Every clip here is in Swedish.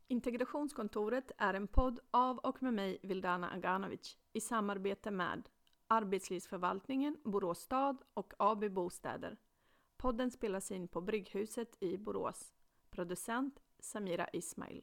Integrationskontoret är en podd av och med mig, Vildana Aganovic, i samarbete med Arbetslivsförvaltningen, Borås stad och AB Bostäder. Podden spelas in på Brygghuset i Borås. Producent Samira Ismail.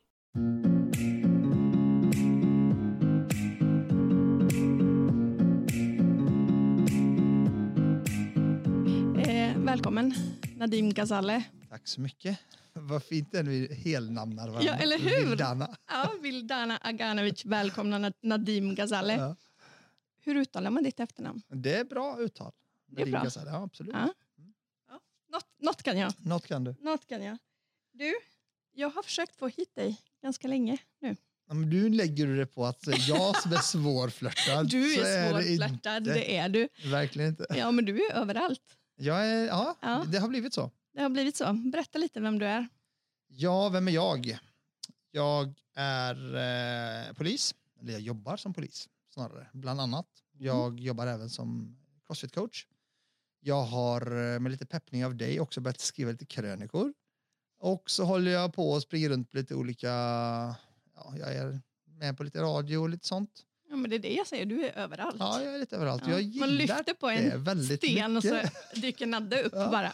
Välkommen Nadim Ghazaleh. Tack så mycket. Vad fint är vi helnamnar varandra. Ja, eller hur? Vildana. Ja, Vildana Aganovic. Välkomna Nadim Ghazaleh. Ja. Hur uttalar man ditt efternamn? Det är bra uttal. Det är bra. Ghazaleh, ja, absolut. Ja. Ja. Något kan jag. Något kan du. Något kan jag. Du, jag har försökt få hit dig ganska länge nu. Ja, men du lägger det på att jag som är svårflörtad. Du är svårflörtad, det är du. Verkligen inte. Ja, men du är överallt. Ja, det har blivit så. Det har blivit så. Berätta lite vem du är. Ja, vem är jag? Jag är polis. Eller jag jobbar som polis snarare, bland annat. Jag jobbar även som CrossFit-coach. Jag har med lite peppning av dig också börjat skriva lite krönikor. Och så håller jag på och springer runt på lite olika... Ja, jag är med på lite radio och lite sånt. Ja, men det är det jag säger. Du är överallt. Ja, jag är lite överallt. Ja. Jag gillar man lyfter på en sten mycket. Och så dyker Nadde upp bara.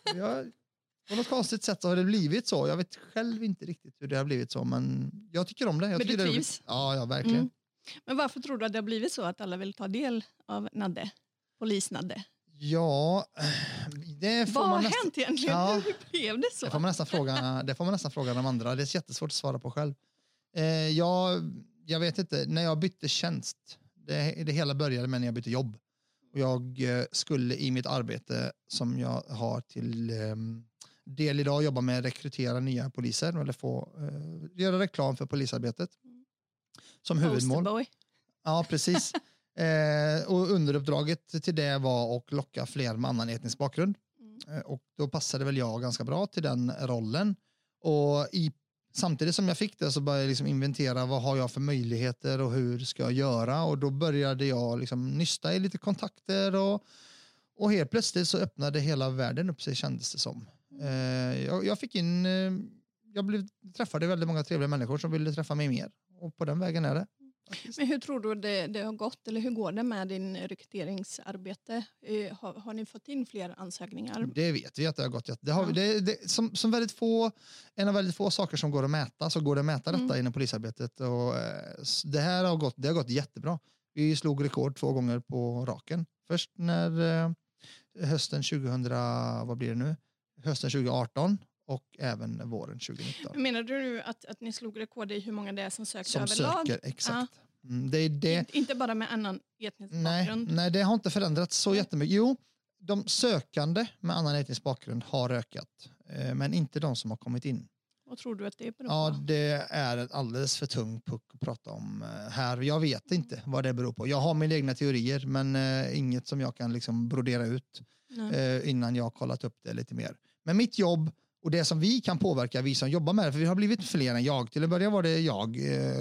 På något konstigt sätt så har det blivit så. Jag vet själv inte riktigt hur det har blivit så, men jag tycker om det. Men du trivs? Ja, verkligen. Mm. Men varför tror du att det har blivit så att alla vill ta del av Nadde? Polis-Nadde? Ja, det får vad man har hänt egentligen? Hur blev det så? Det får man nästan fråga de andra. Det är jättesvårt att svara på själv. Jag vet inte, när jag bytte tjänst, det hela började med när jag bytte jobb. Och jag skulle i mitt arbete som jag har till del idag jobba med att rekrytera nya poliser eller få göra reklam för polisarbetet som huvudmål. Posterboy. Ja, precis. Och underuppdraget till det var att locka fler med annan etnisk bakgrund. Och då passade väl jag ganska bra till den rollen. Och samtidigt som jag fick det så började jag liksom inventera vad har jag för möjligheter och hur ska jag göra. Och då började jag liksom nysta i lite kontakter och helt plötsligt så öppnade hela världen upp sig, kändes det som. Jag träffade väldigt många trevliga människor som ville träffa mig mer. Och på den vägen är det. Men hur tror du det har gått, eller hur går det med din rekryteringsarbete? Har ni fått in fler ansökningar? Det vet vi att det har gått. Som väldigt få, en av väldigt få saker som går att mäta, så går det att mäta detta inom polisarbetet. Och det har gått jättebra. Vi slog rekord 2 gånger på raken. Först när hösten 2018 och även våren 2019. Menar du nu att ni slog rekord i hur många det är som söker som överlag? Söker, exakt. Det är det. Inte bara med annan etnisk bakgrund? Nej, det har inte förändrats så jättemycket. Jo, de sökande med annan etnisk bakgrund har ökat. Men inte de som har kommit in. Vad tror du att det beror på? Ja, det är ett alldeles för tung puck att prata om här. Jag vet inte vad det beror på. Jag har mina egna teorier, men inget som jag kan liksom brodera ut innan jag har kollat upp det lite mer. Men mitt jobb och det som vi kan påverka, vi som jobbar med det, för vi har blivit fler än jag. Till att börja var det jag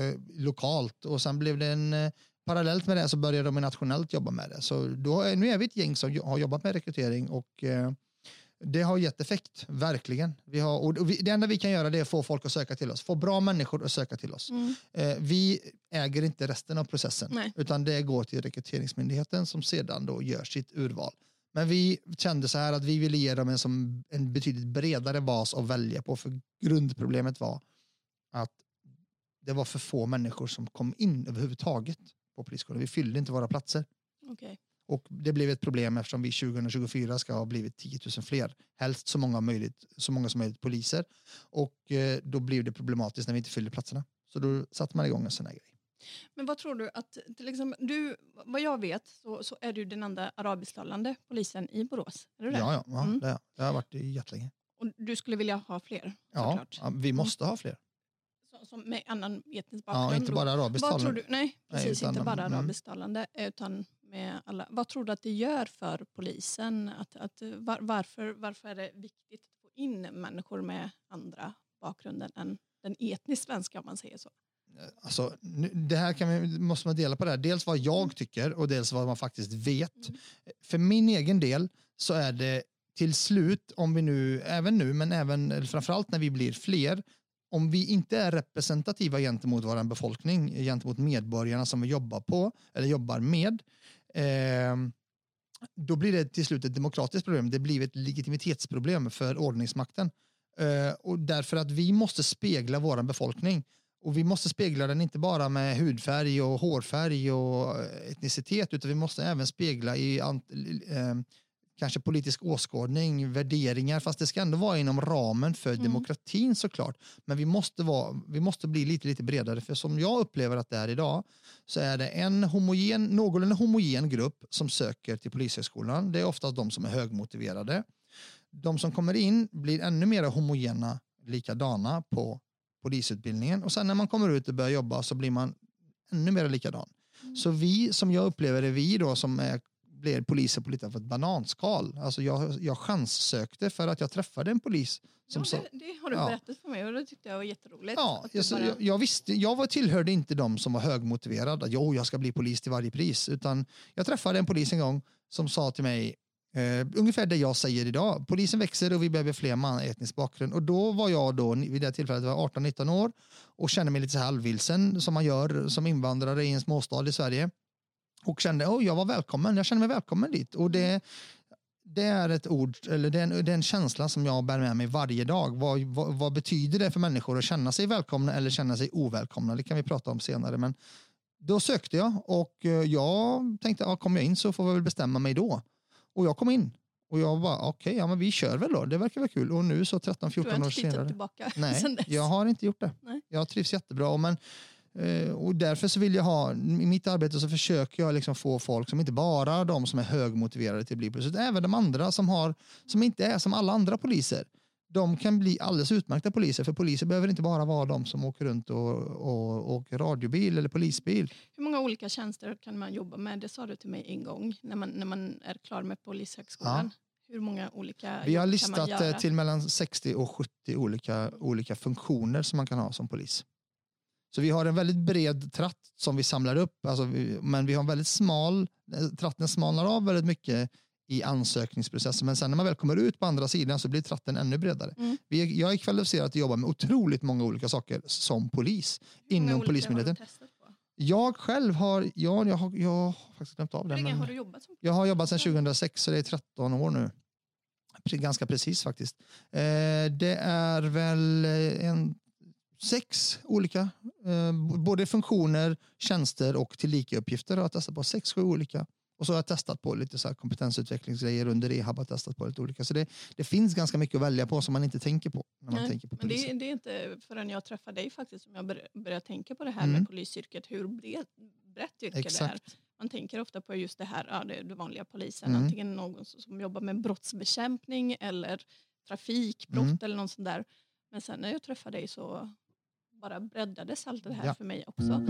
lokalt och sen blev det parallellt med det så började de nationellt jobba med det. Så nu är vi ett gäng som har jobbat med rekrytering och det har gett effekt, verkligen. Det enda vi kan göra det är att få folk att söka till oss. Få bra människor att söka till oss. Vi äger inte resten av processen. Utan det går till rekryteringsmyndigheten som sedan då gör sitt urval. Men vi kände så här att vi ville ge dem en betydligt bredare bas att välja på. För grundproblemet var att det var för få människor som kom in överhuvudtaget på polisskolan. Vi fyllde inte våra platser. Okay. Och det blev ett problem eftersom vi 2024 ska ha blivit 10 000 fler. Helst så många som möjligt poliser. Och då blev det problematiskt när vi inte fyllde platserna. Så då satte man igång en sån här grej. Men vad tror du att, till exempel, vad jag vet så är du den enda arabisktalande polisen i Borås. Är du det? Ja, det har varit jättelänge. Och du skulle vilja ha fler? Ja, vi måste ha fler. Som med annan etnisk bakgrund? Ja, inte bara arabisktalande. Vad tror du? Nej, precis, inte bara arabisktalande utan med alla. Vad tror du att det gör för polisen? Varför är det viktigt att få in människor med andra bakgrunder än den etnisk svenska, om man säger så? Alltså, det här måste man dela på det här. Dels vad jag tycker och dels vad man faktiskt vet. För min egen del så är det till slut, om vi nu, även nu, men även framförallt när vi blir fler, om vi inte är representativa gentemot vår befolkning, gentemot medborgarna som vi jobbar med, då blir det till slut ett demokratiskt problem. Det blir ett legitimitetsproblem för ordningsmakten. Och därför att vi måste spegla vår befolkning. Och vi måste spegla den inte bara med hudfärg och hårfärg och etnicitet, utan vi måste även spegla i kanske politisk åskådning, värderingar, fast det ska ändå vara inom ramen för demokratin såklart. Men vi måste bli lite bredare, för som jag upplever att det är idag så är det en någorlunda homogen grupp som söker till Polishögskolan. Det är ofta de som är högmotiverade. De som kommer in blir ännu mer homogena, likadana på polisutbildningen, och sen när man kommer ut och börjar jobba så blir man ännu mer likadan. Så vi, som jag upplever det, vi då som blev poliser på lite av ett bananskal. Alltså jag chanssökte för att jag träffade en polis. Som det har du berättat för mig och det tyckte jag var jätteroligt. Ja, jag visste, tillhörde inte de som var högmotiverade. Jag ska bli polis till varje pris. Utan jag träffade en polis en gång som sa till mig ungefär det jag säger idag. Polisen växer och vi behöver fler med etnisk bakgrund. Och då var jag vid det tillfället 18-19 år och kände mig lite så halvvilsen som man gör som invandrare i en småstad i Sverige. Och kände, jag var välkommen. Jag kände mig välkommen dit. Och det är ett ord, eller det är en känsla som jag bär med mig varje dag. Vad betyder det för människor att känna sig välkomna eller känna sig ovälkomna? Det kan vi prata om senare. Men då sökte jag och jag tänkte, kom jag in så får jag väl bestämma mig då. Och jag kom in. Och jag bara, men vi kör väl då. Det verkar väl kul. Och nu så 13-14 år senare. Tillbaka. Nej, jag har inte gjort det. Nej. Jag trivs jättebra. Och därför så vill jag i mitt arbete så försöker jag liksom få folk som inte bara de som är högmotiverade till att bli poliser, utan även de andra som inte är som alla andra poliser. De kan bli alldeles utmärkta poliser, för poliser behöver inte bara vara de som åker runt och åker radiobil eller polisbil. Hur många olika tjänster kan man jobba med? Det sa du till mig en gång när man är klar med Polishögskolan. Ja. Hur många olika Vi har listat till mellan 60 och 70 olika funktioner som man kan ha som polis. Så vi har en väldigt bred tratt som vi samlar upp, men vi har en väldigt smal, tratten smalnar av väldigt mycket i ansökningsprocessen, men sen när man väl kommer ut på andra sidan så blir tratten ännu bredare. Jag är kvalificerad att jobba med otroligt många olika saker som polis inom Polismyndigheten. Jag själv har, jag har faktiskt glömt av det. Hur länge har du jobbat som polis? Jag har jobbat sedan 2006, så det är 13 år nu. Ganska precis faktiskt. Det är väl 6 olika, både funktioner, tjänster och tillika-uppgifter har jag testat på. 6-7 olika. Och så har jag testat på lite så här kompetensutvecklingsgrejer under rehab, har testat på lite olika. Så det finns ganska mycket att välja på som man inte tänker på när man tänker på polisen. Men det är inte förrän jag träffade dig faktiskt som jag började tänka på det här med polisyrket, hur brett yrke det är. Man tänker ofta på just det här, det vanliga polisen, antingen någon som jobbar med brottsbekämpning eller trafikbrott eller något sånt där. Men sen när jag träffade dig så bara breddades allt det här för mig också.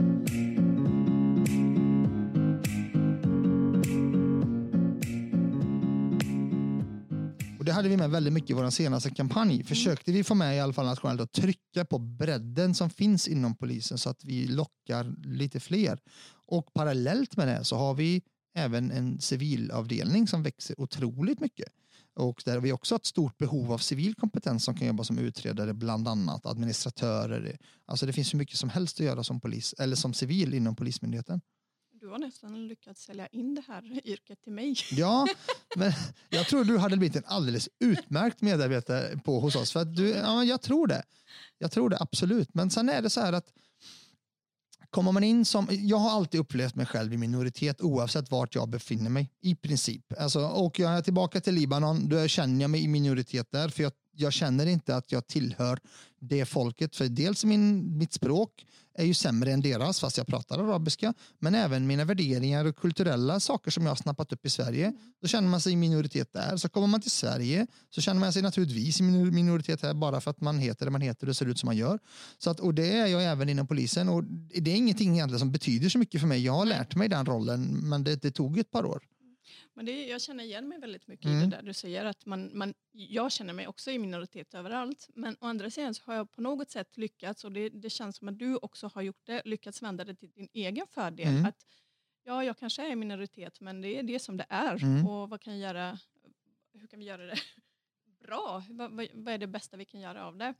Och det hade vi med väldigt mycket i vår senaste kampanj. Försökte vi få med i alla fall nationellt att trycka på bredden som finns inom polisen så att vi lockar lite fler. Och parallellt med det så har vi även en civilavdelning som växer otroligt mycket. Och där har vi också ett stort behov av civil kompetens som kan jobba som utredare, bland annat administratörer. Alltså det finns ju mycket som helst att göra som polis eller som civil inom Polismyndigheten. Du har nästan lyckats sälja in det här yrket till mig. Ja, men jag tror du hade blivit en alldeles utmärkt medarbetare hos oss. För att jag tror det. Jag tror det absolut. Men sen är det så här att kommer man in som, jag har alltid upplevt mig själv i minoritet oavsett vart jag befinner mig i princip. Alltså, och jag är tillbaka till Libanon, då känner jag mig i minoritet där, för jag känner inte att jag tillhör det folket. För dels mitt språk är ju sämre än deras, fast jag pratar arabiska, men även mina värderingar och kulturella saker som jag har snappat upp i Sverige, då känner man sig i minoritet där. Så kommer man till Sverige så känner man sig naturligtvis i minoritet här bara för att man heter det man heter och det ser ut som man gör. Så att, och det är jag även inom polisen, och det är ingenting egentligen som betyder så mycket för mig. Jag har lärt mig den rollen, men det tog ett par år. Men jag känner igen mig väldigt mycket i det där du säger, att jag känner mig också i minoritet överallt, men å andra sidan så har jag på något sätt lyckats, och det känns som att du också har gjort det, lyckats vända det till din egen fördel, att jag kanske är i minoritet, men det är det som det är, och vad kan jag göra, hur kan vi göra det bra, vad är det bästa vi kan göra av det?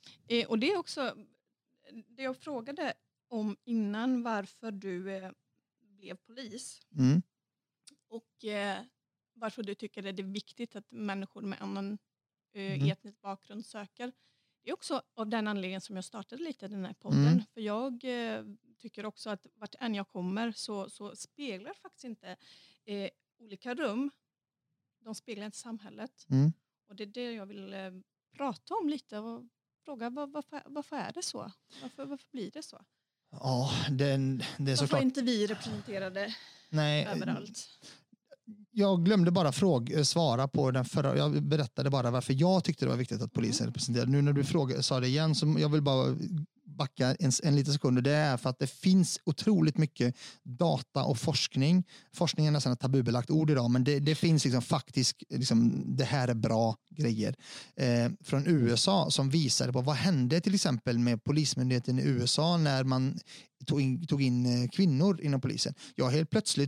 Och det är också det jag frågade om innan, varför du blev polis. Mm. Och varför du tycker det är viktigt att människor med annan etnisk bakgrund söker. Det är också av den anledningen som jag startade lite den här podden. För jag tycker också att vart än jag kommer så speglar faktiskt inte olika rum. De speglar inte samhället. Och det är det jag vill prata om lite och fråga varför är det så? Varför blir det så? Ja, det är varför såklart. är inte vi representerade överallt? Jag glömde bara svara på den förra. Jag berättade bara varför jag tyckte det var viktigt att polisen representerade. Nu när du sa det igen, så jag vill bara backa en liten sekund. Det är för att det finns otroligt mycket data och forskning. Forskning är nästan ett tabubelagt ord idag, men det finns liksom faktiskt, det här är bra grejer från USA som visar på vad hände till exempel med polismyndigheten i USA när man tog in kvinnor inom polisen. Ja, helt plötsligt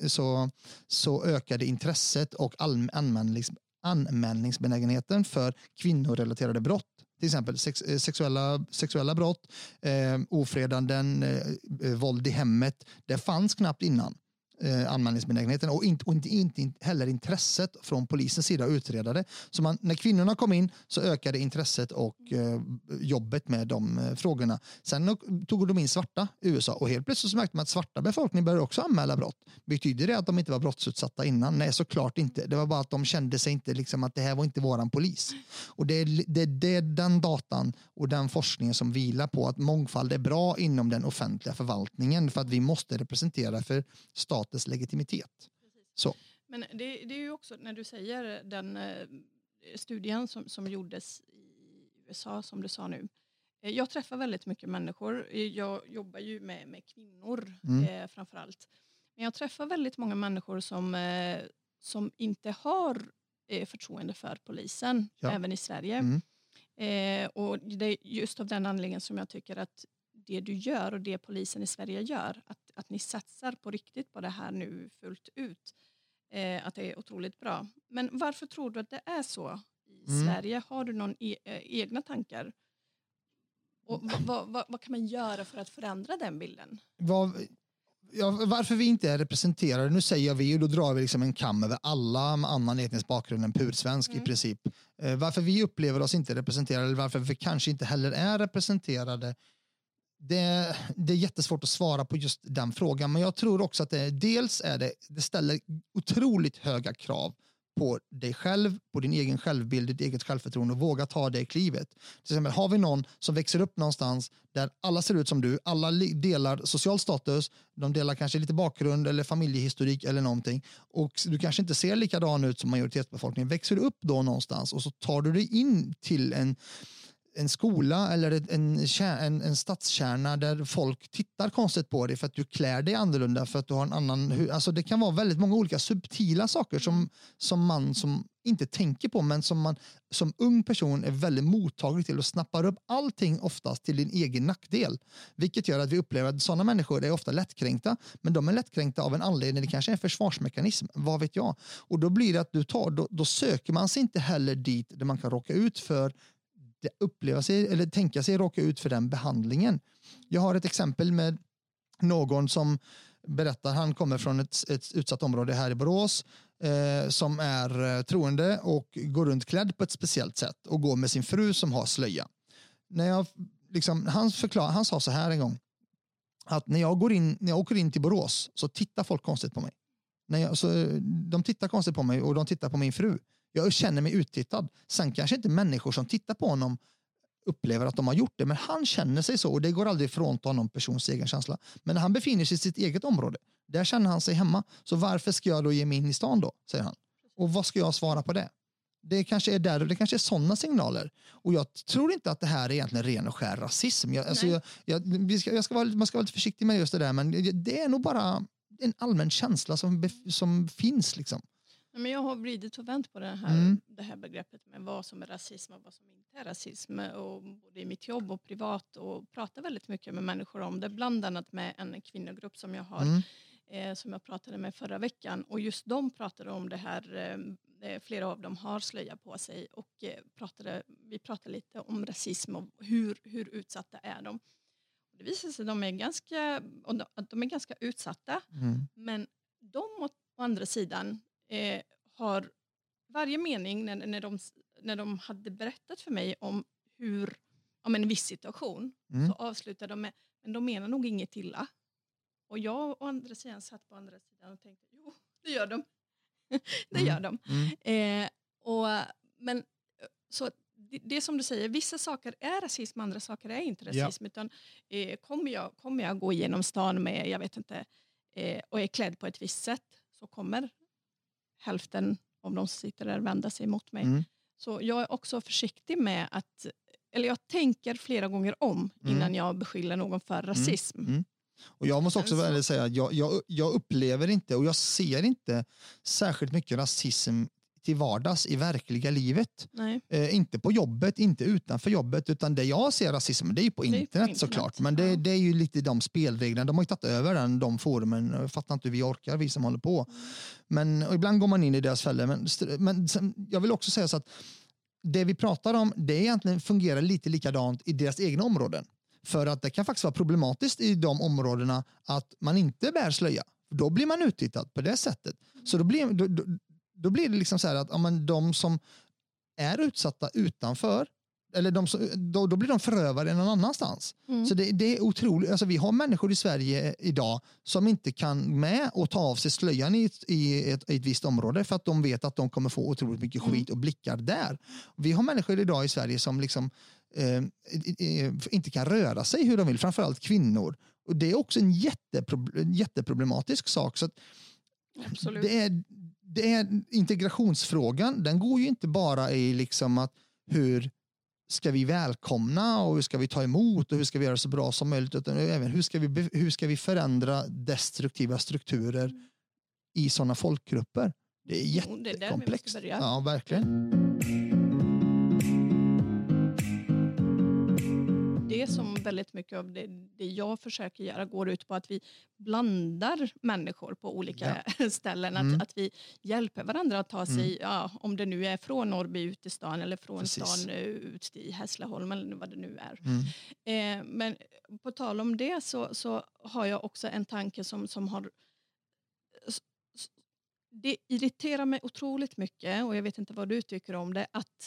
så ökade intresset och anmälningsbenägenheten för kvinnorelaterade brott. Till exempel sexuella brott, ofredanden, våld i hemmet. Det fanns knappt innan anmälningsbenägenheten och inte heller intresset från polisens sida att utreda det. Så när kvinnorna kom in så ökade intresset och jobbet med de frågorna. Sen tog de in svarta i USA och helt plötsligt så märkte man att svarta befolkningen började också anmäla brott. Betyder det att de inte var brottsutsatta innan? Nej, såklart inte. Det var bara att de kände sig inte att det här var inte våran polis. Och det är den datan och den forskningen som vilar på att mångfald är bra inom den offentliga förvaltningen för att vi måste representera för statens legitimitet. Så. Men det är ju också när du säger den studien som gjordes i USA som du sa nu. Jag träffar väldigt mycket människor. Jag jobbar ju med kvinnor framförallt. Men jag träffar väldigt många människor som inte har förtroende för polisen, även i Sverige. Och det är just av den anledningen som jag tycker att det du gör och det polisen i Sverige gör, att ni satsar på riktigt på det här nu fullt ut, att det är otroligt bra. Men varför tror du att det är så i Sverige? Har du någon egna tankar? Och vad kan man göra för att förändra den bilden? Varför vi inte är representerade, nu säger vi och då drar vi en kam över alla med annan etnisk bakgrund än pursvensk i princip. Varför vi upplever oss inte representerade eller varför vi kanske inte heller är representerade, det är jättesvårt att svara på just den frågan, men jag tror också att det ställer otroligt höga krav på dig själv, på din egen självbild, ditt eget självförtroende och våga ta det klivet. Till exempel har vi någon som växer upp någonstans där alla ser ut som du, alla delar social status, de delar kanske lite bakgrund eller familjehistorik eller någonting och du kanske inte ser likadan ut som majoritetsbefolkningen. Växer du upp då någonstans och så tar du dig in till en skola eller en stadskärna där folk tittar konstigt på dig för att du klär dig annorlunda, för att du har en annan... Alltså det kan vara väldigt många olika subtila saker som man inte tänker på, men som man som ung person är väldigt mottaglig till och snappar upp allting oftast till din egen nackdel. Vilket gör att vi upplever att sådana människor är ofta lättkränkta, men de är lättkränkta av en anledning. Det kanske är en försvarsmekanism, vad vet jag. Och då blir det att då söker man sig inte heller dit där man kan råka ut för uppleva sig eller tänka sig råka ut för den behandlingen. Jag har ett exempel med någon som berättar, han kommer från ett utsatt område här i Borås som är troende och går runt klädd på ett speciellt sätt och går med sin fru som har slöja. Han sa så här en gång att när jag åker in till Borås så tittar folk konstigt på mig. De tittar konstigt på mig och de tittar på min fru. Jag känner mig uttittad. Sen kanske inte människor som tittar på honom upplever att de har gjort det, men han känner sig så och det går aldrig ifrån till honom persons egen känsla. Men när han befinner sig i sitt eget område, där känner han sig hemma. Så varför ska jag då ge mig in i stan då, säger han. Och vad ska jag svara på det? Det kanske är där och det kanske är sådana signaler. Och jag tror inte att det här är egentligen ren och skär rasism. Man ska vara lite försiktig med just det där, men det är nog bara en allmän känsla som finns liksom. Men jag har vridit och vänt på det här begreppet med vad som är rasism och vad som inte är rasism. Och både i mitt jobb och privat och pratar väldigt mycket med människor om det. Bland annat med en kvinnogrupp som jag har som jag pratade med förra veckan. Och just de pratade om det här flera av dem har slöja på sig och vi pratade lite om rasism och hur utsatta är de. Det visar sig att de är ganska utsatta, men de å andra sidan har varje mening när de hade berättat för mig om om en viss situation, så avslutade de med, men de menar nog inget illa. Och jag å andra sidan satt på andra sidan och tänkte, jo, det gör de. Det gör de. Men så det är som du säger, vissa saker är rasism, andra saker är inte rasism. Utan kommer jag gå igenom stan med, jag vet inte, och är klädd på ett visst sätt, så kommer hälften av de som sitter där vända sig mot mig. Så jag är också försiktig med eller jag tänker flera gånger om innan jag beskyller någon för rasism. Och jag måste också väl säga att jag upplever inte och jag ser inte särskilt mycket rasism till vardags i verkliga livet. Inte på jobbet, inte utanför jobbet, utan det jag ser rasism, det är ju på internet såklart. Men det är ju lite de spelreglerna, de har ju tagit över de forumen. Jag fattar inte hur vi orkar, vi som håller på. Och ibland går man in i deras fällor. Men jag vill också säga så att det vi pratar om, det egentligen fungerar lite likadant i deras egna områden. För att det kan faktiskt vara problematiskt i de områdena att man inte bär slöja. Då blir man uttittad på det sättet. Så då blir det liksom så här att de som är utsatta utanför, eller då blir de förövare någon annanstans. Så det är otroligt. Alltså vi har människor i Sverige idag som inte kan med och ta av sig slöjan i ett visst område för att de vet att de kommer få otroligt mycket skit och blickar där. Vi har människor idag i Sverige som liksom inte kan röra sig hur de vill, framförallt kvinnor. Och det är också en jätteproblematisk sak. Så att absolut. Det är integrationsfrågan, den går ju inte bara i liksom att hur ska vi välkomna och hur ska vi ta emot och hur ska vi göra så bra som möjligt, utan även hur ska vi förändra destruktiva strukturer i sådana folkgrupper. Det är jättekomplext. Ja, verkligen. Det som väldigt mycket av det jag försöker göra går ut på att vi blandar människor på olika ställen. Att vi hjälper varandra att ta sig, om det nu är från Norrby ut i stan eller från stan ut i Hässleholm eller vad det nu är. Men på tal om det så har jag också en tanke som har... Det irriterar mig otroligt mycket, och jag vet inte vad du tycker om det, att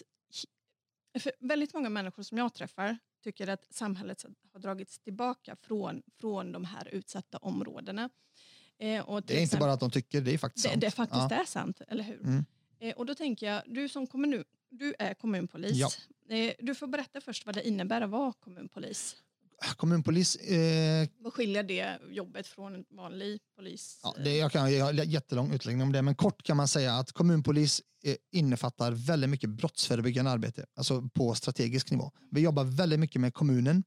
för väldigt många människor som jag träffar tycker att samhället har dragits tillbaka från de här utsatta områdena. Och det är inte bara att de tycker, det är faktiskt sant. Det faktiskt är sant, eller hur? Och då tänker jag, du är kommunpolis. Ja. Du får berätta först vad det innebär att vara kommunpolis. Kommunpolis... Vad skiljer det jobbet från en vanlig polis? Ja, jag kan ha jättelång utläggning om det, men kort kan man säga att kommunpolis innefattar väldigt mycket brottsförebyggande arbete, alltså på strategisk nivå. Vi jobbar väldigt mycket med kommunen,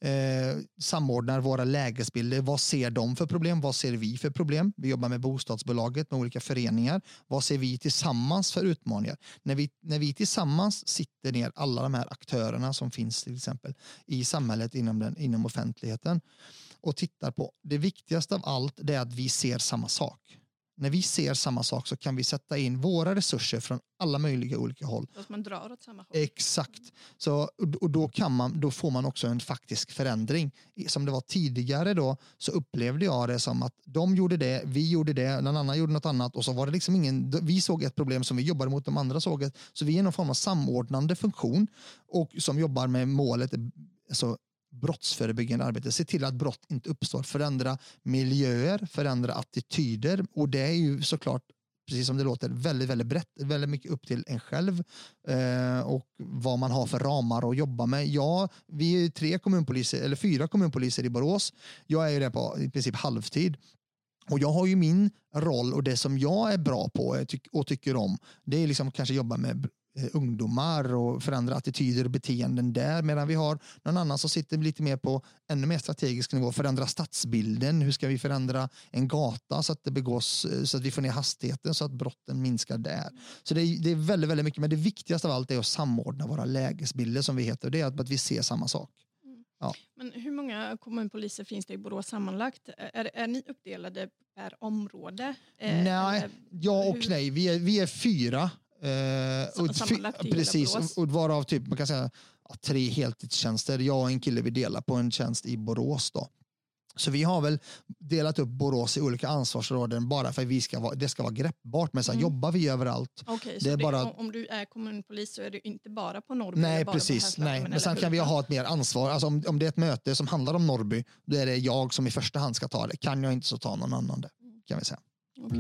samordnar våra lägesbilder. Vad ser de för problem? Vad ser vi för problem? Vi jobbar med bostadsbolaget, med olika föreningar. Vad ser vi tillsammans för utmaningar? När vi tillsammans sitter ner, alla de här aktörerna som finns till exempel i samhället inom offentligheten, och tittar på, det viktigaste av allt, det är att vi ser samma sak. När vi ser samma sak så kan vi sätta in våra resurser från alla möjliga olika håll. Så att man drar åt samma håll. Exakt. Så, och då får man också en faktisk förändring. Som det var tidigare då, så upplevde jag det som att de gjorde det, vi gjorde det, någon annan gjorde något annat, och så var det liksom vi såg ett problem som vi jobbade mot, de andra såg ett. Så vi är någon form av samordnande funktion och som jobbar med målet, alltså brottsförebyggande arbete, se till att brott inte uppstår, förändra miljöer, förändra attityder, och det är ju såklart, precis som det låter, väldigt, väldigt brett, väldigt mycket upp till en själv och vad man har för ramar att jobba med. Vi är 4 kommunpoliser i Borås. Jag är ju där på i princip halvtid. Och jag har ju min roll, och det som jag är bra på och tycker om, det är liksom kanske jobba med ungdomar och förändra attityder och beteenden där, medan vi har någon annan som sitter lite mer på ännu mer strategisk nivå, förändra stadsbilden. Hur ska vi förändra en gata så att det begås, så att vi får ner hastigheten så att brotten minskar där. Så det är väldigt, väldigt mycket, men det viktigaste av allt är att samordna våra lägesbilder, som vi heter, och det är att vi ser samma sak. Ja. Men hur många kommunpoliser finns det i Borås sammanlagt? Är ni uppdelade per område? Nej, ja och nej. Vi är 4 Precis, och varav typ, man kan säga 3 heltidstjänster. Jag och en kille vi delar på en tjänst i Borås då. Så vi har väl delat upp Borås i olika ansvarsområden bara för att det ska vara greppbart. Men sen jobbar vi överallt. Okej, så bara... om du är kommunpolis så är du inte bara på Norrby? Nej, precis. Nej. Men sen kan vi ha ett mer ansvar. Alltså om det är ett möte som handlar om Norrby, då är det jag som i första hand ska ta det. Kan jag inte så ta någon annan det, kan vi säga. Okay.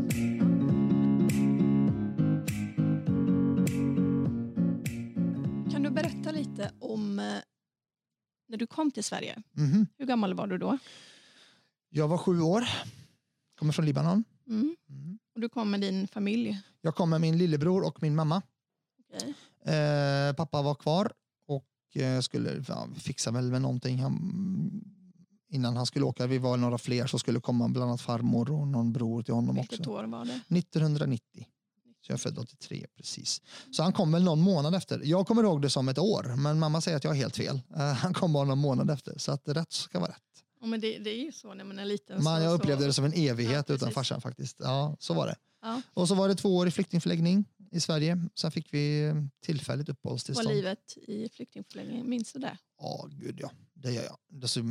Kan du berätta lite om när du kom till Sverige? Mm-hmm. Hur gammal var du då? Jag var 7 år. Kommer från Libanon. Mm. Och du kom med din familj? Jag kom med min lillebror och min mamma. Okay. Pappa var kvar och skulle fixa väl med någonting. Innan han skulle åka, vi var några fler så skulle komma bland annat farmor och någon bror till honom. Vilket också. År var det? 1990. Så jag är född 83, precis. Så han kom väl någon månad efter. Jag kommer ihåg det som ett år, men mamma säger att jag är helt fel. Han kom bara någon månad efter, så att rätt ska vara rätt. Ja, men det är ju så när man är liten. Jag upplevde det som en evighet utan farsan faktiskt. Ja, så var det. Ja. Och så var det 2 år i flyktingförläggning i Sverige. Sen fick vi tillfälligt uppehållstillstånd. Var livet i flyktingförläggningen, minns du det? Ja, gud ja. Det gör jag.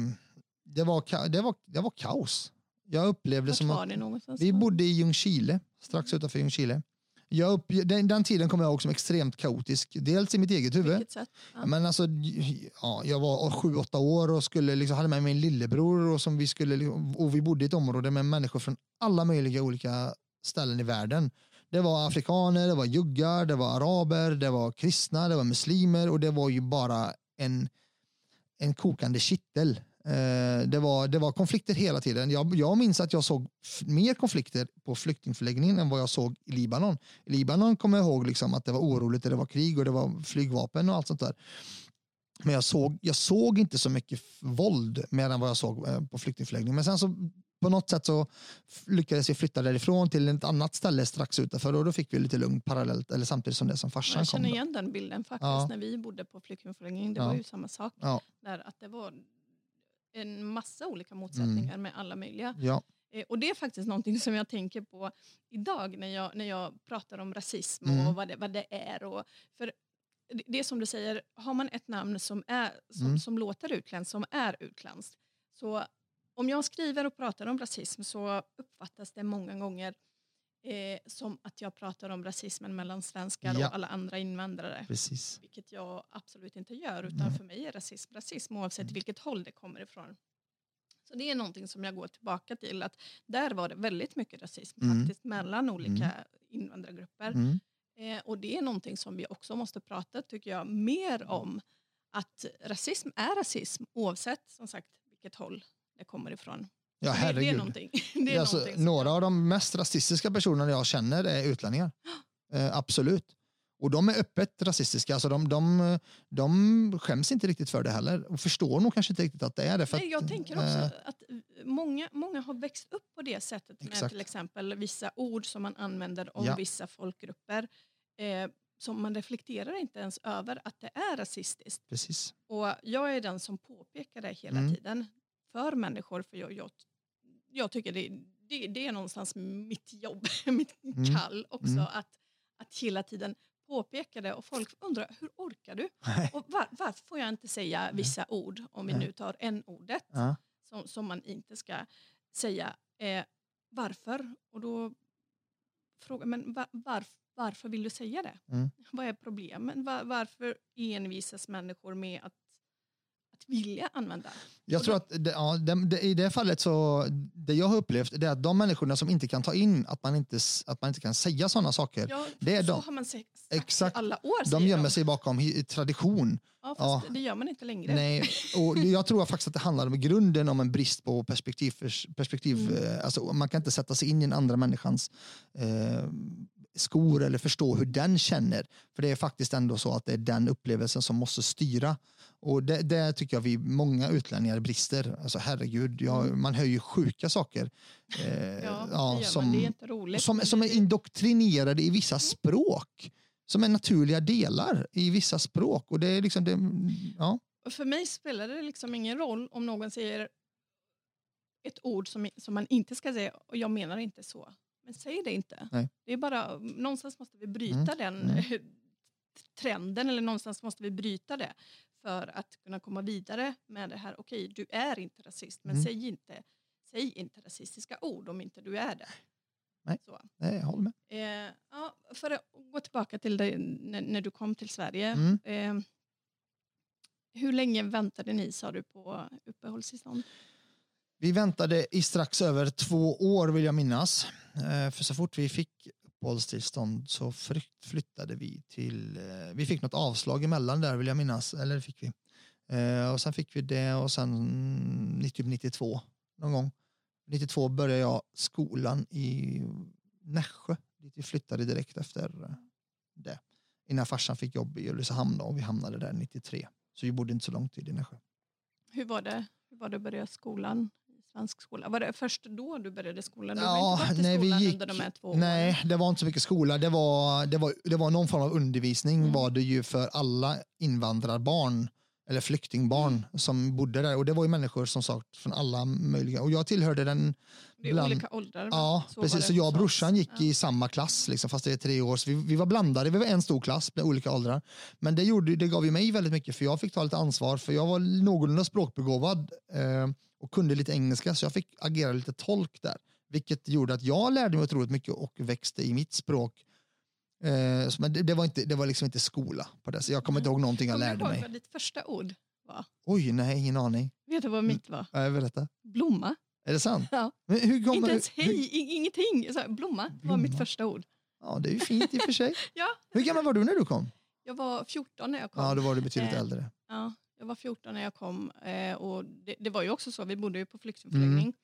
Det var kaos. Jag upplevde som att vi bodde i Ljungskile, strax utanför Ljungskile. Den tiden kommer jag också som extremt kaotisk. Dels i mitt eget huvud. Vilket sätt? Ja. Men alltså, jag var 7-8 år och hade med min lillebror och vi bodde i ett område med människor från alla möjliga olika ställen i världen. Det var afrikaner, det var juggar, det var araber, det var kristna, det var muslimer och det var ju bara en kokande kittel. Det var konflikter hela tiden. Jag minns att jag såg mer konflikter på flyktingförläggningen än vad jag såg i Libanon. I Libanon kommer jag ihåg liksom att det var oroligt, det var krig och det var flygvapen och allt sånt där. Men jag såg inte så mycket våld mer än vad jag såg på flyktingförläggningen. Men sen så på något sätt så lyckades vi flytta därifrån till ett annat ställe strax utanför och då fick vi lite lugnt parallellt eller samtidigt som det som farsan kom. Jag känner igen den bilden faktiskt när vi bodde på flyktingförläggningen. Det var ju samma sak. Ja. Där att det var en massa olika motsättningar med alla möjliga. Ja. Och det är faktiskt någonting som jag tänker på idag när jag pratar om rasism och vad det är. Och, för det är som du säger, har man ett namn som låter utländskt, som är utländskt. Så om jag skriver och pratar om rasism så uppfattas det många gånger som att jag pratar om rasismen mellan svenskar och alla andra invandrare. Precis. Vilket jag absolut inte gör, utan för mig är rasism oavsett vilket håll det kommer ifrån. Så det är någonting som jag går tillbaka till, att där var det väldigt mycket rasism faktiskt mellan olika invandrargrupper. Och det är någonting som vi också måste prata, tycker jag, mer om, att rasism är rasism oavsett som sagt vilket håll det kommer ifrån. Ja, herregud. Det är någonting. Det är alltså, någonting några av de mest rasistiska personerna jag känner är utlänningar. Absolut. Och de är öppet rasistiska. Alltså de skäms inte riktigt för det heller. Och förstår nog kanske inte riktigt att det är det. För nej, jag tänker också att många har växt upp på det sättet. Med till exempel vissa ord som man använder om vissa folkgrupper. Som man reflekterar inte ens över att det är rasistiskt. Precis. Och jag är den som påpekar det hela tiden för människor. För jag tycker det är någonstans mitt jobb, mitt kall också. Att hela tiden påpeka det. Och folk undrar, hur orkar du? Och varför får jag inte säga vissa ord? Om vi nu tar n-ordet. Som man inte ska säga. Varför? Och då frågar men varför vill du säga det? Vad är problemen? Varför envisas människor med att vilja använda? Jag tror att i det fallet så det jag har upplevt det är att de människorna som inte kan ta in att man inte kan säga sådana saker. Ja, det är så de. har man sagt exakt. I alla år. De gömmer sig bakom tradition. Ja, fast det gör man inte längre. Nej, och jag tror faktiskt att det handlar om grunden om en brist på perspektiv. Alltså, man kan inte sätta sig in i en andra människans skor eller förstå hur den känner. För det är faktiskt ändå så att det är den upplevelsen som måste styra. Och det tycker jag många utlänningar brister. Alltså herregud, man hör ju sjuka saker. Det är inte roligt. Som är indoktrinerade i vissa språk. Som är naturliga delar i vissa språk. Och det är liksom Och för mig spelar det liksom ingen roll om någon säger ett ord som man inte ska säga. Och jag menar inte så. Men säg det inte. Nej. Det är bara, någonstans måste vi bryta den trenden, eller någonstans måste vi bryta det för att kunna komma vidare med det här. Okej, du är inte rasist, men säg inte rasistiska ord om inte du är det. Nej, så. Nej, jag håller med. För att gå tillbaka till det, när du kom till Sverige. Hur länge väntade ni, sa du, på uppehållstillstånd? Vi väntade i strax över 2 år, vill jag minnas. För så fort vi fick uppehållstillstånd så flyttade vi till... Vi fick något avslag emellan där, vill jag minnas. Eller fick vi. Och sen fick vi det, och sen typ 92 någon gång. 92 började jag skolan i Nässjö. Vi flyttade direkt efter det. Innan farsan fick jobb i Ulricehamn, och vi hamnade där 93. Så vi bodde inte så lång tid i Nässjö. Hur var det att börja skolan? Svensk skola. Var det först då du började skolan? Du Ja, var inte nej, skolan under de här 2 åren? Nej, det var inte så mycket skola. Det var någon form av undervisning var det ju för alla invandrarbarn eller flyktingbarn som bodde där. Och det var ju människor som sagt från alla möjliga. Och jag tillhörde den... Det är olika åldrar. Ja, precis. Så jag och brorsan gick i samma klass, liksom, fast det är 3 år. Så vi var blandade. Vi var en stor klass med olika åldrar. Men det gav ju mig väldigt mycket, för jag fick ta lite ansvar. För jag var någorlunda språkbegåvad och kunde lite engelska. Så jag fick agera lite tolk där. Vilket gjorde att jag lärde mig otroligt mycket och växte i mitt språk. Men det var liksom inte skola på det. Så jag kommer inte ihåg någonting jag lärde mig. Kommer du ihåg vad ditt första ord var? Oj, nej, ingen aning. Vet du vad mitt var? Jag berätta. Blomma. Är det sant? Ja. Men hur kommer, inte ens hej, ingenting. Så här, blomma var mitt första ord. Ja, det är ju fint i och för sig. Ja. Hur gammal var du när du kom? Jag var 14 när jag kom. Ja, då var du betydligt äldre. Ja, jag var 14 när jag kom. Och det var ju också så, vi bodde ju på flyktingförläggning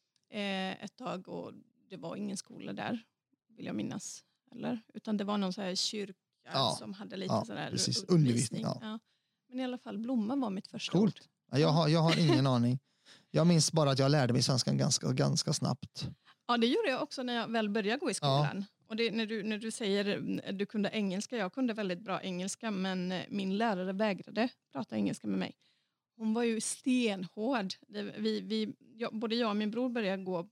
ett tag, och det var ingen skola där, vill jag minnas. Eller? Utan det var någon så här kyrka som hade lite sån här undervisning. Ja. Men i alla fall, blomma var mitt första ord. Ja, jag har ingen aning. Jag minns bara att jag lärde mig svenskan ganska snabbt. Ja, det gjorde jag också när jag väl började gå i skolan. Ja. Och det, när du säger du kunde engelska, jag kunde väldigt bra engelska, men min lärare vägrade prata engelska med mig. Hon var ju stenhård. Både jag och min bror började gå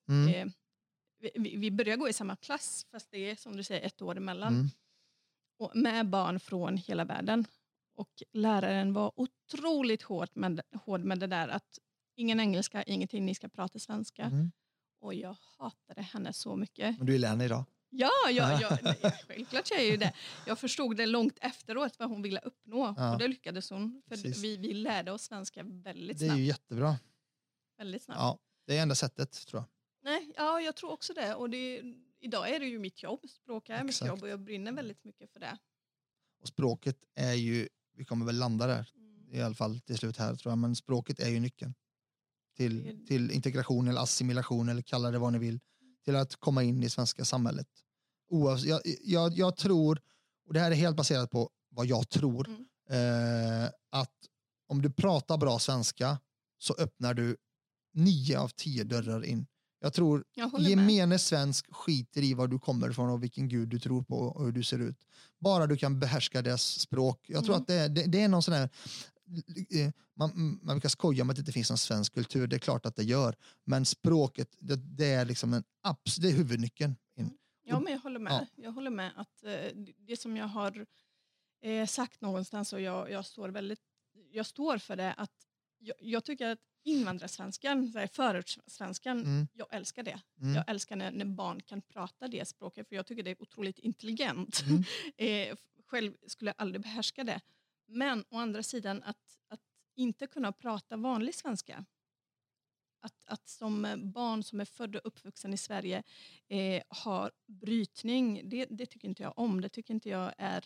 vi började gå i samma klass, fast det är som du säger 1 år emellan. Och med barn från hela världen. Och läraren var otroligt hård med det där att ingen engelska, ingenting, ni ska prata svenska. Och jag hatade henne så mycket. Men du är lärare idag? Ja, självklart jag är ju det. Jag förstod det långt efteråt vad hon ville uppnå. Och det lyckades hon. För vi lärde oss svenska väldigt snabbt. Det är ju jättebra. Väldigt snabbt. Ja, det är enda sättet, tror jag. Nej, jag tror också det. Och idag är det ju mitt jobb. Språk är mitt jobb, och jag brinner väldigt mycket för det. Och språket är ju, vi kommer väl landa där i alla fall till slut här, tror jag. Men språket är ju nyckeln till integration eller assimilation, eller kalla det vad ni vill. Till att komma in i svenska samhället. Jag tror, och det här är helt baserat på vad jag tror, att om du pratar bra svenska så öppnar du 9 av 10 dörrar in. Jag tror gemene svensk skiter i var du kommer ifrån och vilken gud du tror på och hur du ser ut. Bara du kan behärska deras språk. Jag tror att det är någon sån här... Man brukar skoja om att det inte finns någon svensk kultur. Det är klart att det gör. Men språket, det är liksom det är huvudnyckeln. Ja, men jag håller med. Ja. Jag håller med att det som jag har sagt någonstans, och jag står för det, att jag tycker att invandrarsvenskan, förortssvenskan, jag älskar det. Jag älskar när barn kan prata det språket, för jag tycker det är otroligt intelligent. Själv skulle jag aldrig behärska det. Men å andra sidan att inte kunna prata vanlig svenska. Att som barn som är född och uppvuxen i Sverige har brytning, det tycker inte jag om. Det tycker inte jag är...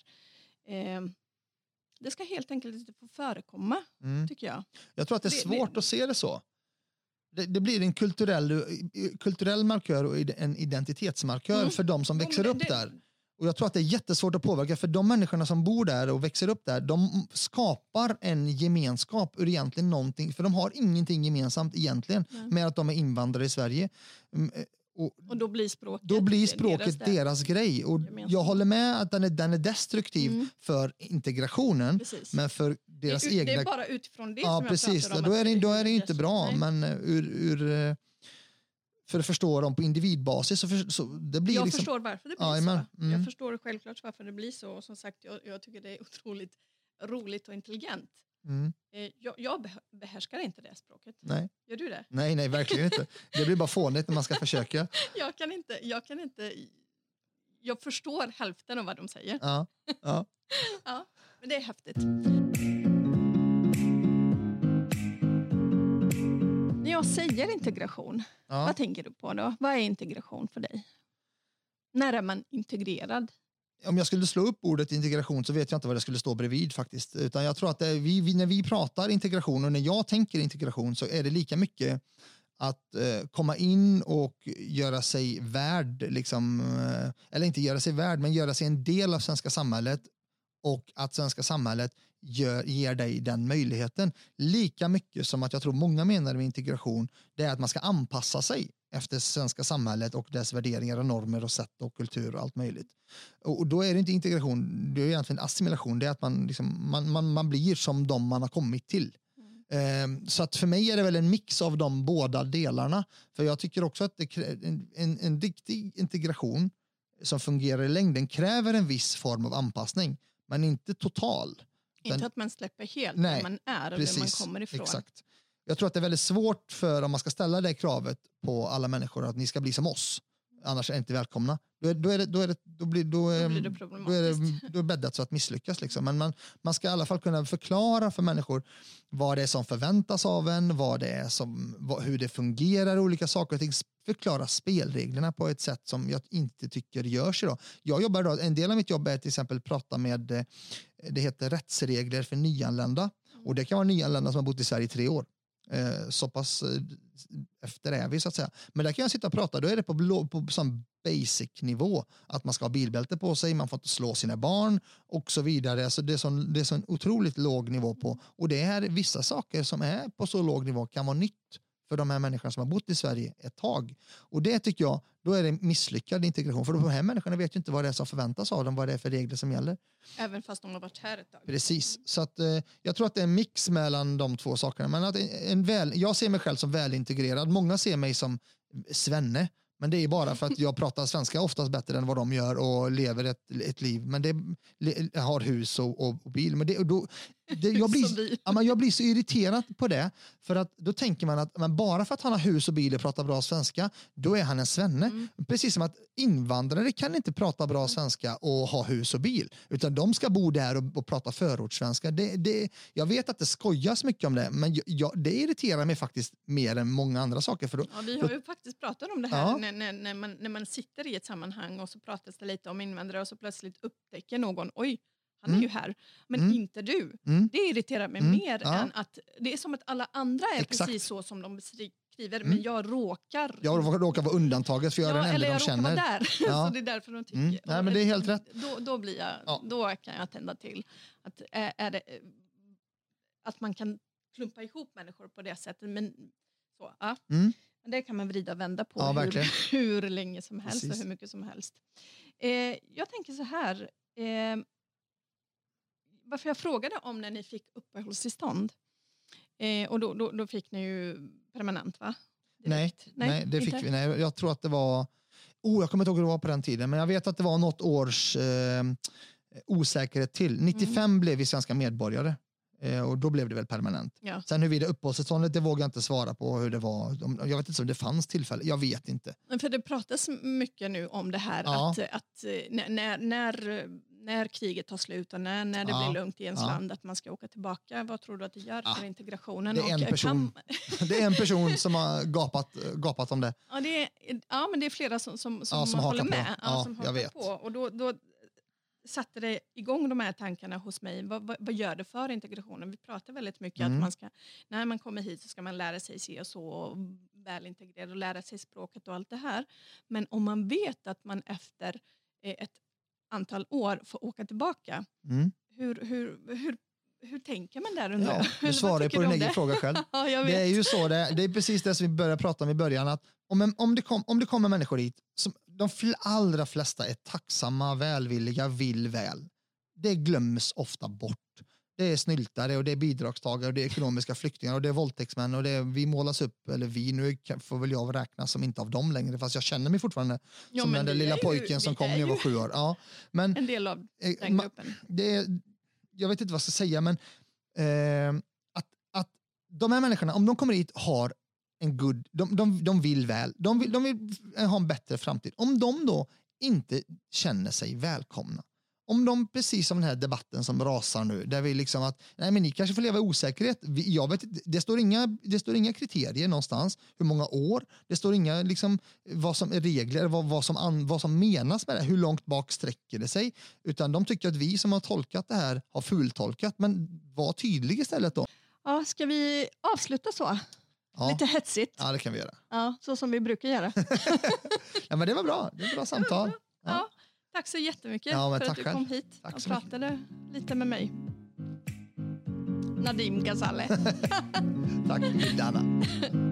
det ska helt enkelt inte få förekomma, tycker jag. Jag tror att det är svårt att se det så. Det blir en kulturell markör och en identitetsmarkör för de som växer upp där. Och jag tror att det är jättesvårt att påverka, för de människorna som bor där och växer upp där, de skapar en gemenskap ur egentligen någonting, för de har ingenting gemensamt egentligen med att de är invandrare i Sverige. Och då blir språket deras grej. Och jag håller med att den är destruktiv för integrationen. Precis. Men för deras egna... Det är bara utifrån det som jag precis. Då är det inte bra. Nej. Men för att förstå dem på individbasis. Så det blir jag liksom... förstår varför det blir så. Jag förstår självklart varför det blir så. Och som sagt, jag tycker det är otroligt roligt och intelligent. Jag behärskar inte det språket. Nej. Gör du det? Nej, verkligen inte. Det blir bara fånigt när man ska försöka. Jag kan inte... Jag förstår hälften av vad de säger. Ja. Ja, men det är häftigt. När jag säger integration, vad tänker du på då? Vad är integration för dig? När är man integrerad? Om jag skulle slå upp ordet integration så vet jag inte vad det skulle stå bredvid faktiskt. Utan jag tror att när vi pratar integration och när jag tänker integration så är det lika mycket att komma in och göra sig värd, liksom, eller inte göra sig värd, men göra sig en del av svenska samhället, och att svenska samhället ger dig den möjligheten. Lika mycket som att jag tror många menar med integration, det är att man ska anpassa sig efter svenska samhället och dess värderingar och normer och sätt och kultur och allt möjligt. Och då är det inte integration, det är egentligen assimilation, det är att man blir som de man har kommit till. Så att för mig är det väl en mix av de båda delarna. För jag tycker också att en riktig integration som fungerar i längden kräver en viss form av anpassning, men inte total. Inte att man släpper helt när man är och där man kommer ifrån. Exakt. Jag tror att det är väldigt svårt för om man ska ställa det kravet på alla människor att ni ska bli som oss. Annars är det inte välkomna. Då är det bäddat så att misslyckas. Liksom. Men man ska i alla fall kunna förklara för människor vad det är som förväntas av en, hur det fungerar, olika saker och ting. Förklara spelreglerna på ett sätt som jag inte tycker görs idag. Jag jobbar idag, en del av mitt jobb är till exempel prata med, det heter rättsregler för nyanlända. Och det kan vara nyanlända som har bott i Sverige i 3 år. Så pass efter är vi så att säga. Men där kan jag sitta och prata, då är det på sån basic nivå att man ska ha bilbälte på sig, man får inte slå sina barn och så vidare. Alltså det är så en otroligt låg nivå på, och det är vissa saker som är på så låg nivå kan vara nytt för de här människorna som har bott i Sverige ett tag. Och det tycker jag, då är det misslyckad integration. För de här människorna vet ju inte vad det är som förväntas av dem, vad det är för regler som gäller. Även fast de har varit här ett tag. Precis, så att jag tror att det är en mix mellan de två sakerna. Men att jag ser mig själv som välintegrerad. Många ser mig som svenne. Men det är bara för att jag pratar svenska oftast bättre än vad de gör och lever ett liv. Men det har hus och bil. Men jag blir så irriterad på det. För att då tänker man att bara för att han har hus och bil och pratar bra svenska, då är han en svenne. Precis som att invandrare kan inte prata bra svenska och ha hus och bil. Utan de ska bo där och prata förortssvenska. Jag vet att det skojas mycket om det, men det irriterar mig faktiskt mer än många andra saker. Vi har ju faktiskt pratat om det här när man sitter i ett sammanhang och så pratas det lite om invandrare och så plötsligt upptäcker någon, oj, han är ju här, men inte du. Det irriterar mig mer än att det är som att alla andra är precis så som de beskriver, men jag råkar vara undantaget för jag är den enda de känner. Eller jag råkar vara där, så det är därför de tycker. Nej, men det är helt rätt. Då kan jag tända till att är det att man kan klumpa ihop människor på det sättet, men så, Men det kan man vrida och vända på hur länge som helst. Precis. Och hur mycket som helst. Jag tänker så här. Varför jag frågade om när ni fick uppehållstillstånd. Och då fick ni ju permanent, va? Direkt. Nej, det fick vi. Nej, jag tror att det var... jag kommer inte ihåg hur det var på den tiden. Men jag vet att det var något års osäkerhet till. 95 blev vi svenska medborgare. Och då blev det väl permanent. Ja. Sen huruvida uppehållstillståndet, det vågar jag inte svara på hur det var. Jag vet inte om det fanns tillfälle. Jag vet inte. Men för det pratas mycket nu om det här att när kriget tar slut och när det blir lugnt i ens land att man ska åka tillbaka. Vad tror du att det gör för integrationen? Det är en person som har gapat om det. Men det är flera som håller med. Som hakar på. Och då satte det igång de här tankarna hos mig. Vad gör det för integrationen? Vi pratar väldigt mycket att när man kommer hit så ska man lära sig se och så och väl integrera och lära sig språket och allt det här. Men om man vet att man efter ett antal år får åka tillbaka, hur tänker man där under? Du svarar på din egen fråga själv. Det är ju så, det är precis det som vi började prata om i början, att om det kommer människor hit som de allra flesta är tacksamma, välvilliga, vill väl. Det glöms ofta bort. Det är snyltare och det är bidragstagare och det är ekonomiska flyktingar och det är våldtäktsmän och det är, vi målas upp, eller vi, nu får väl jag räkna som inte av dem längre, fast jag känner mig fortfarande som den där lilla pojken som kom när jag var 7 år. Ja, men, en del av den gruppen. Jag vet inte vad jag ska säga, men att de här människorna, om de kommer hit, har en good, de vill väl, de vill ha en bättre framtid. Om de då inte känner sig välkomna, om de, precis som den här debatten som rasar nu, där vi liksom att, nej men ni kanske får leva i osäkerhet. Jag vet, det står inga kriterier någonstans, hur många år, det står inga liksom vad som är regler, vad som menas med det, hur långt bak sträcker det sig, utan de tycker att vi som har tolkat det här har fultolkat, men var tydlig istället då. Ja, ska vi avsluta så? Ja. Lite hetsigt. Ja, det kan vi göra. Ja, så som vi brukar göra. Ja, men det var bra. Det är ett bra samtal. Ja. Tack så jättemycket för att du kom hit och pratade lite med mig. Nadim Ghazaleh. Tack, Vildana.